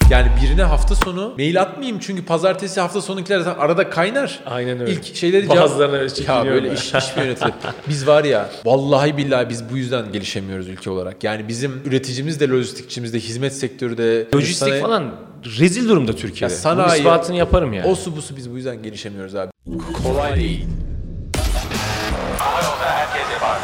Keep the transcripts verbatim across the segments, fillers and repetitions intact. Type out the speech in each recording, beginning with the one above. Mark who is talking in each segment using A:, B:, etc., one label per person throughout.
A: Yani birine hafta sonu mail atmayayım çünkü pazartesi hafta sonunkiler zaten arada kaynar.
B: Aynen öyle.
A: İlk şeyleri
B: bazılarına
A: ya böyle iş, iş mi yönetilir? Biz var ya vallahi billahi biz bu yüzden gelişemiyoruz ülke olarak. Yani bizim üreticimiz de lojistikçimiz de hizmet sektörü de
B: lojistik sana, falan rezil durumda Türkiye'de.
A: Ya sanayi,
B: bu ispatını yaparım yani.
A: O su bu su biz bu yüzden gelişemiyoruz abi. Kolay değil. Herkes yapardı.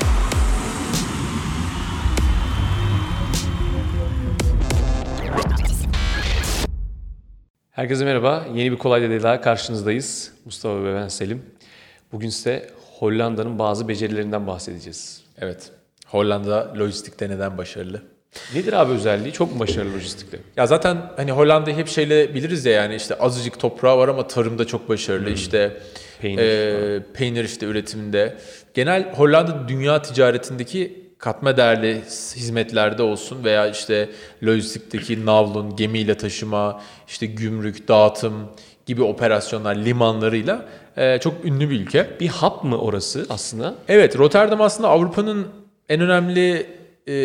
B: Herkese merhaba. Yeni bir Kolay Değil daha karşınızdayız. Mustafa ve ben Selim. Bugün size Hollanda'nın bazı becerilerinden bahsedeceğiz.
A: Evet. Hollanda lojistikte neden başarılı?
B: Nedir abi özelliği? Çok mu başarılı lojistikte?
A: Ya zaten hani Hollanda'yı hep şeyle biliriz ya, yani işte azıcık toprağı var ama tarımda çok başarılı. Hmm. İşte peynir, e, peynir işte üretiminde. Genel Hollanda dünya ticaretindeki katma değerli hizmetlerde olsun veya işte lojistikteki navlun, gemiyle taşıma, işte gümrük, dağıtım gibi operasyonlar, limanlarıyla e, çok ünlü bir ülke.
B: Bir hub mı orası aslında?
A: Evet, Rotterdam aslında Avrupa'nın en önemli e,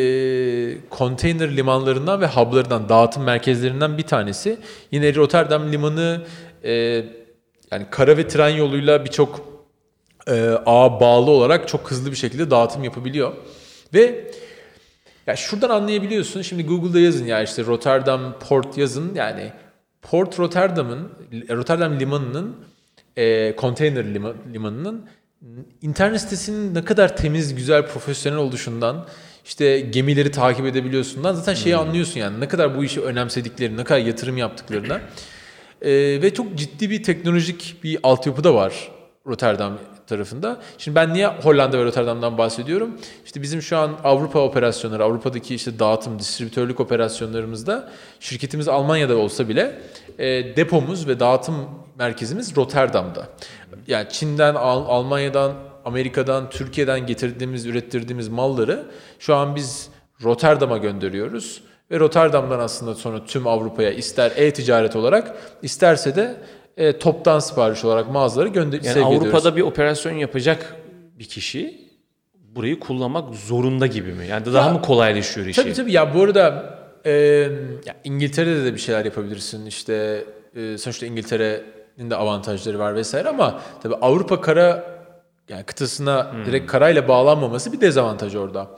A: konteyner limanlarından ve hub'larından, dağıtım merkezlerinden bir tanesi. Yine Rotterdam limanı e, yani kara ve tren yoluyla birçok e, ağa bağlı olarak çok hızlı bir şekilde dağıtım yapabiliyor. Ve ya şuradan anlayabiliyorsun. Şimdi Google'da yazın ya işte Rotterdam Port yazın. Yani Port Rotterdam'ın, Rotterdam limanının, e, konteyner lima, limanının internet sitesinin ne kadar temiz, güzel, profesyonel oluşundan, işte gemileri takip edebiliyorsundan zaten şeyi hmm. anlıyorsun yani ne kadar bu işi önemsediklerini, ne kadar yatırım yaptıklarına. E, ve çok ciddi bir teknolojik bir altyapı da var Rotterdam tarafında. Şimdi ben niye Hollanda ve Rotterdam'dan bahsediyorum? İşte bizim şu an Avrupa operasyonları, Avrupa'daki işte dağıtım, distribütörlük operasyonlarımızda şirketimiz Almanya'da olsa bile e, depomuz ve dağıtım merkezimiz Rotterdam'da. Yani Çin'den, Al- Almanya'dan, Amerika'dan, Türkiye'den getirdiğimiz, ürettirdiğimiz malları şu an biz Rotterdam'a gönderiyoruz. Ve Rotterdam'dan aslında sonra tüm Avrupa'ya ister e-ticaret olarak isterse de E, toptan sipariş olarak mağazaları gönder-
B: yani Avrupa'da ediyoruz. Bir operasyon yapacak bir kişi burayı kullanmak zorunda gibi mi? Yani daha ya, mı kolaylaşıyor işi?
A: Tabii tabii. Ya bu arada e, ya İngiltere'de de bir şeyler yapabilirsin. İşte e, sonuçta İngiltere'nin de avantajları var vesaire ama tabii Avrupa kara yani kıtasına hmm. direkt karayla bağlanmaması bir dezavantaj orada.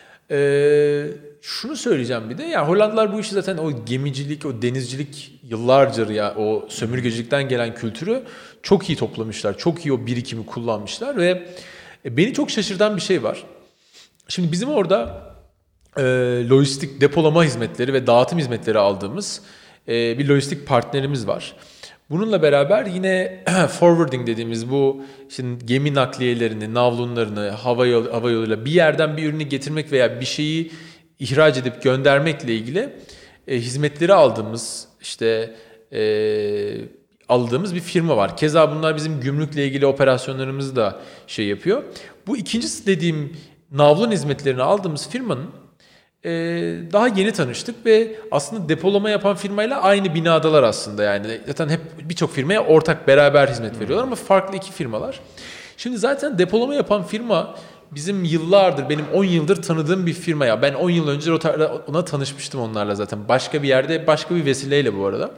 A: Eee Şunu söyleyeceğim bir de ya Hollandalılar bu işi zaten o gemicilik, o denizcilik yıllardır ya o sömürgecilikten gelen kültürü çok iyi toplamışlar. Çok iyi o birikimi kullanmışlar ve beni çok şaşırtan bir şey var. Şimdi bizim orada e, lojistik depolama hizmetleri ve dağıtım hizmetleri aldığımız e, bir lojistik partnerimiz var. Bununla beraber yine forwarding dediğimiz bu şimdi gemi nakliyelerini, navlunlarını hava yolu, hava yoluyla bir yerden bir ürünü getirmek veya bir şeyi ihraç edip göndermekle ilgili e, hizmetleri aldığımız işte e, aldığımız bir firma var. Keza bunlar bizim gümrükle ilgili operasyonlarımızı da şey yapıyor. Bu ikincisi dediğim navlun hizmetlerini aldığımız firmanın e, daha yeni tanıştık ve aslında depolama yapan firmayla aynı binadalar aslında yani zaten hep birçok firmaya ortak beraber hizmet veriyorlar ama farklı iki firmalar. Şimdi zaten depolama yapan firma bizim yıllardır, benim on yıldır tanıdığım bir firma ya. Ben on yıl önce ona tanışmıştım onlarla zaten. Başka bir yerde, başka bir vesileyle bu arada.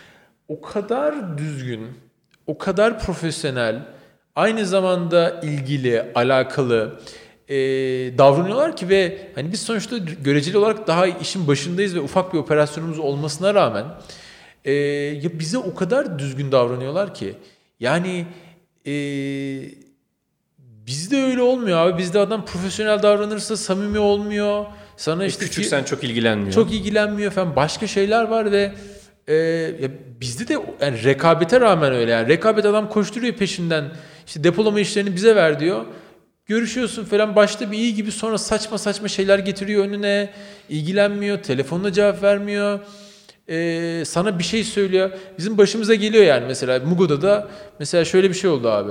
A: O kadar düzgün, o kadar profesyonel, aynı zamanda ilgili, alakalı e, davranıyorlar ki ve hani biz sonuçta göreceli olarak daha işin başındayız ve ufak bir operasyonumuz olmasına rağmen e, ya bize o kadar düzgün davranıyorlar ki. Yani eee bizde öyle olmuyor abi. Bizde adam profesyonel davranırsa samimi olmuyor. Sana işte
B: küçüksen çok ilgilenmiyor.
A: Çok ilgilenmiyor falan. Başka şeyler var ve e, ya bizde de yani rekabete rağmen öyle yani. Rekabet adam koşturuyor peşinden. İşte depolama işlerini bize ver diyor. Görüşüyorsun falan başta bir iyi gibi sonra saçma saçma şeyler getiriyor önüne. İlgilenmiyor. Telefonuna cevap vermiyor. Ee, sana bir şey söylüyor. Bizim başımıza geliyor yani mesela Mugo'da da mesela şöyle bir şey oldu abi.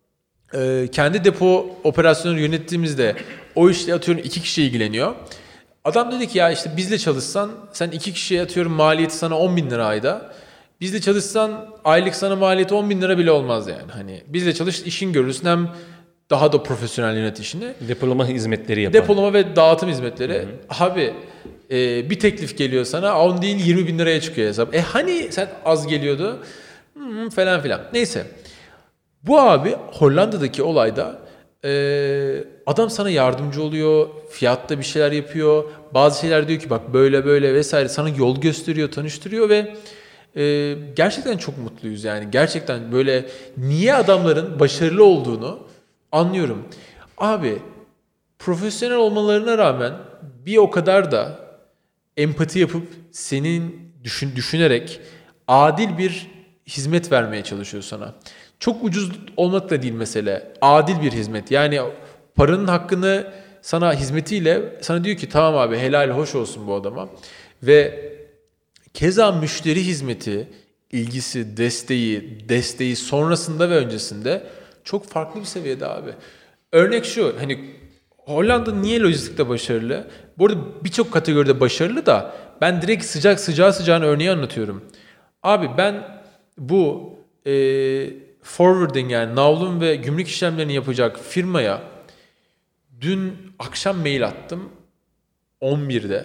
A: Ee, kendi depo operasyonunu yönettiğimizde o işte atıyorum iki kişi ilgileniyor. Adam dedi ki ya işte bizle çalışsan sen iki kişiye atıyorum maliyeti sana on bin lira ayda. Bizle çalışsan aylık sana maliyeti on bin lira bile olmaz yani. Hani bizle çalış işin görürsün hem daha da profesyonel yönet işini.
B: Depolama hizmetleri yapan.
A: Depolama ve dağıtım hizmetleri. Hı hı. Abi e, bir teklif geliyor sana, on değil yirmi bin liraya çıkıyor hesap. E hani sen az geliyordu hmm, falan filan. Neyse. Bu abi Hollanda'daki olayda e, adam sana yardımcı oluyor, fiyatta bir şeyler yapıyor. Bazı şeyler diyor ki bak böyle böyle vesaire, sana yol gösteriyor, tanıştırıyor ve e, gerçekten çok mutluyuz yani. Gerçekten böyle niye adamların başarılı olduğunu anlıyorum. Abi profesyonel olmalarına rağmen bir o kadar da empati yapıp senin düşün, düşünerek adil bir hizmet vermeye çalışıyor sana. Çok ucuz olmak da değil mesele. Adil bir hizmet. Yani paranın hakkını sana hizmetiyle sana diyor ki tamam abi helal hoş olsun bu adama. Ve keza müşteri hizmeti, ilgisi, desteği, desteği sonrasında ve öncesinde çok farklı bir seviyede abi. Örnek şu, hani Hollanda niye lojistikte başarılı? Bu arada birçok kategoride başarılı da ben direkt sıcak sıcağı sıcağına örneği anlatıyorum. Abi ben bu e, forwarding yani navlun ve gümrük işlemlerini yapacak firmaya dün akşam mail attım on birde.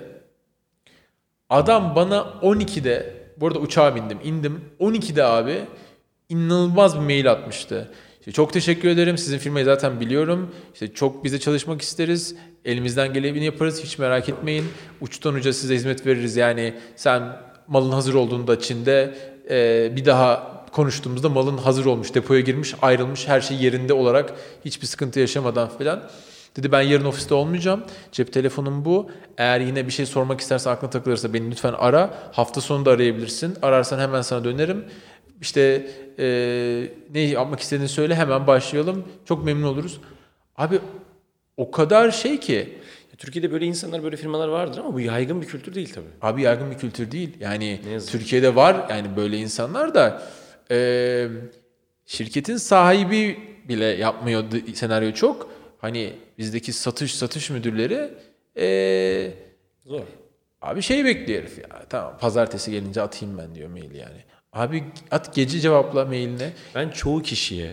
A: Adam bana on ikide, bu arada uçağa bindim, indim. on ikide abi inanılmaz bir mail atmıştı. İşte çok teşekkür ederim. Sizin firmayı zaten biliyorum. İşte çok bize çalışmak isteriz. Elimizden geleni yaparız. Hiç merak etmeyin. Uçtan uca size hizmet veririz. Yani sen malın hazır olduğunda Çin'de e, bir daha konuştuğumuzda malın hazır olmuş, depoya girmiş, ayrılmış, her şey yerinde olarak hiçbir sıkıntı yaşamadan filan. Dedi ben yarın ofiste olmayacağım. Cep telefonum bu. Eğer yine bir şey sormak istersen, aklına takılırsa beni lütfen ara. Hafta sonu da arayabilirsin. Ararsan hemen sana dönerim. İşte e, ne yapmak istediğini söyle, hemen başlayalım. Çok memnun oluruz. Abi o kadar şey ki.
B: Türkiye'de böyle insanlar, böyle firmalar vardır ama bu yaygın bir kültür değil tabii.
A: Abi yaygın bir kültür değil. Yani Türkiye'de var yani böyle insanlar da e, şirketin sahibi bile yapmıyor senaryo çok. Hani bizdeki satış satış müdürleri ee,
B: zor.
A: Abi şey bekliyor herif ya. Tamam pazartesi gelince atayım ben diyor mail yani. Abi at gece cevapla mailine.
B: Ben çoğu kişiye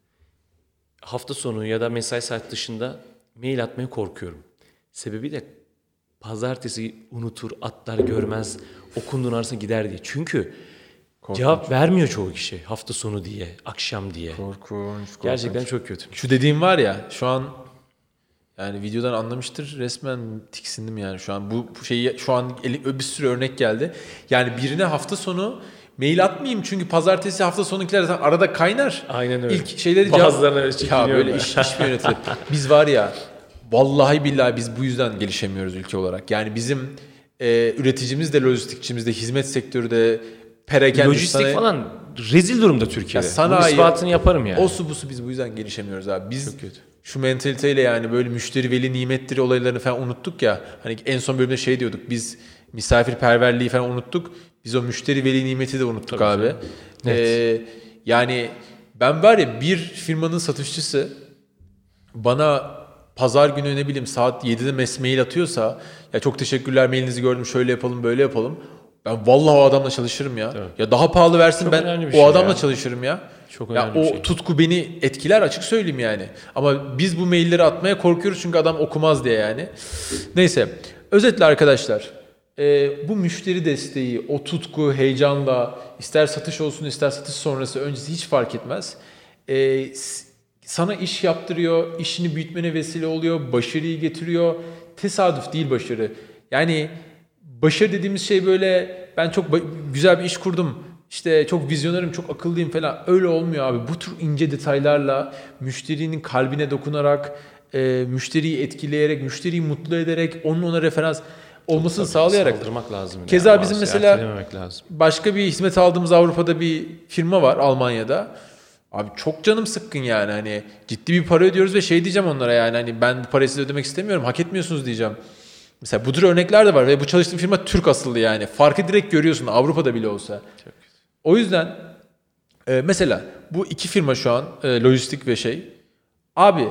B: hafta sonu ya da mesai saat dışında mail atmaya korkuyorum. Sebebi de pazartesi unutur, atlar görmez, okunduğun arasına gider diye. Çünkü korkunç. Cevap vermiyor çoğu kişi hafta sonu diye, akşam diye.
A: Korkunç, korkunç.
B: Gerçekten çok kötü.
A: Şu dediğim var ya şu an yani videodan anlamıştır, resmen tiksindim yani şu an. Bu şeyi şu an bir sürü örnek geldi. Yani birine hafta sonu mail atmayayım çünkü pazartesi hafta sonukiler zaten arada kaynar.
B: Aynen öyle.
A: İlk şeyleri
B: bazılarına öyle çekiniyor.
A: Ya böyle iş, iş mi yönetilir? Biz var ya vallahi billahi biz bu yüzden gelişemiyoruz ülke olarak. Yani bizim e, üreticimiz de lojistikçimiz de hizmet sektörü de perakende
B: lojistik sana, falan rezil durumda Türkiye'de.
A: Ya sanayi,
B: bu ispatını yaparım yani.
A: O su bu su biz bu yüzden gelişemiyoruz abi. Biz çok kötü. Şu mentaliteyle yani böyle müşteri veli nimetleri olaylarını falan unuttuk ya. Hani en son bölümde şey diyorduk, biz misafirperverliği falan unuttuk. Biz o müşteri veli nimeti de unuttuk. Tabii abi. Ee, yani ben var ya bir firmanın satışçısı bana pazar günü ne bileyim saat yedide mail atıyorsa ya çok teşekkürler mailinizi gördüm şöyle yapalım böyle yapalım. Ben vallahi o adamla çalışırım ya. Evet. Ya daha pahalı versin çok ben o şey adamla ya. çalışırım ya.
B: Çok
A: ya o
B: şey.
A: tutku beni etkiler açık söyleyeyim yani. Ama biz bu mailleri atmaya korkuyoruz çünkü adam okumaz diye yani. Neyse. Özetle arkadaşlar. E, bu müşteri desteği, o tutku, heyecanla ister satış olsun ister satış sonrası öncesi hiç fark etmez. E, sana iş yaptırıyor, işini büyütmene vesile oluyor, başarıyı getiriyor. Tesadüf değil başarı. Yani başarı dediğimiz şey böyle ben çok güzel bir iş kurdum, işte çok vizyonerim, çok akıllıyım falan öyle olmuyor abi. Bu tür ince detaylarla müşterinin kalbine dokunarak, e, müşteriyi etkileyerek, müşteriyi mutlu ederek, onun ona referans olmasını tabii, sağlayarak.
B: Saldırmak lazım.
A: Keza yani, bizim mesela
B: lazım.
A: Başka bir hizmet aldığımız Avrupa'da bir firma var Almanya'da. Abi çok canım sıkkın yani hani ciddi bir para ödüyoruz ve şey diyeceğim onlara yani hani ben bu parayı size ödemek istemiyorum, hak etmiyorsunuz diyeceğim. Mesela bu tür örnekler de var ve bu çalıştığım firma Türk asıllı yani. Farkı direkt görüyorsun Avrupa'da bile olsa. Çok. O yüzden e, mesela bu iki firma şu an e, lojistik ve şey. Abi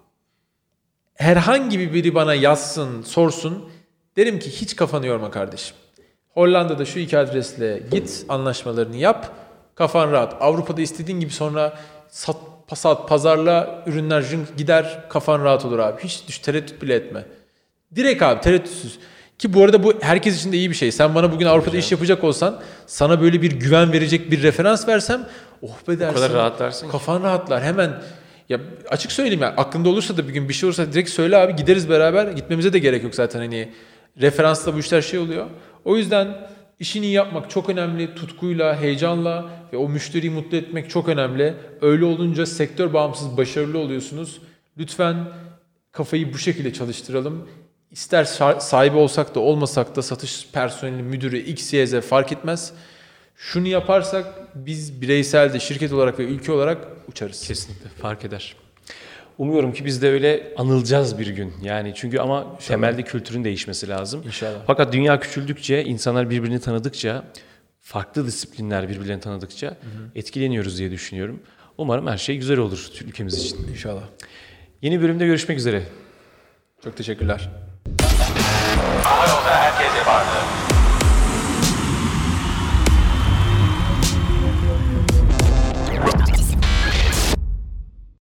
A: herhangi biri bana yazsın, sorsun. Derim ki hiç kafanı yorma kardeşim. Hollanda'da şu iki adresle git, anlaşmalarını yap. Kafan rahat. Avrupa'da istediğin gibi sonra sat, sat pazarla ürünler gider, kafan rahat olur abi. Hiç düş, tereddüt bile etme. Direkt abi tereddütsüz. Ki bu arada bu herkes için de iyi bir şey. Sen bana bugün Avrupa'da iş yapacak olsan sana böyle bir güven verecek bir referans versem oh be dersin.
B: O kadar rahatlarsın ki.
A: Kafan rahatlar hemen. Ya açık söyleyeyim ya aklında olursa da bir gün bir şey olursa direkt söyle abi gideriz beraber. Gitmemize de gerek yok zaten hani referansla bu işler şey oluyor. O yüzden işini iyi yapmak çok önemli. Tutkuyla, heyecanla ve o müşteriyi mutlu etmek çok önemli. Öyle olunca sektör bağımsız başarılı oluyorsunuz. Lütfen kafayı bu şekilde çalıştıralım. İster sahibi olsak da olmasak da satış personeli, müdürü, X, Y, Z fark etmez. Şunu yaparsak biz bireysel de şirket olarak ve ülke olarak uçarız.
B: Kesinlikle fark eder. Umuyorum ki biz de öyle anılacağız bir gün. Yani çünkü ama İnşallah. Temelde kültürün değişmesi lazım.
A: İnşallah.
B: Fakat dünya küçüldükçe, insanlar birbirini tanıdıkça, farklı disiplinler birbirlerini tanıdıkça hı hı. etkileniyoruz diye düşünüyorum. Umarım her şey güzel olur ülkemiz için.
A: İnşallah.
B: Yeni bölümde görüşmek üzere.
A: Çok teşekkürler.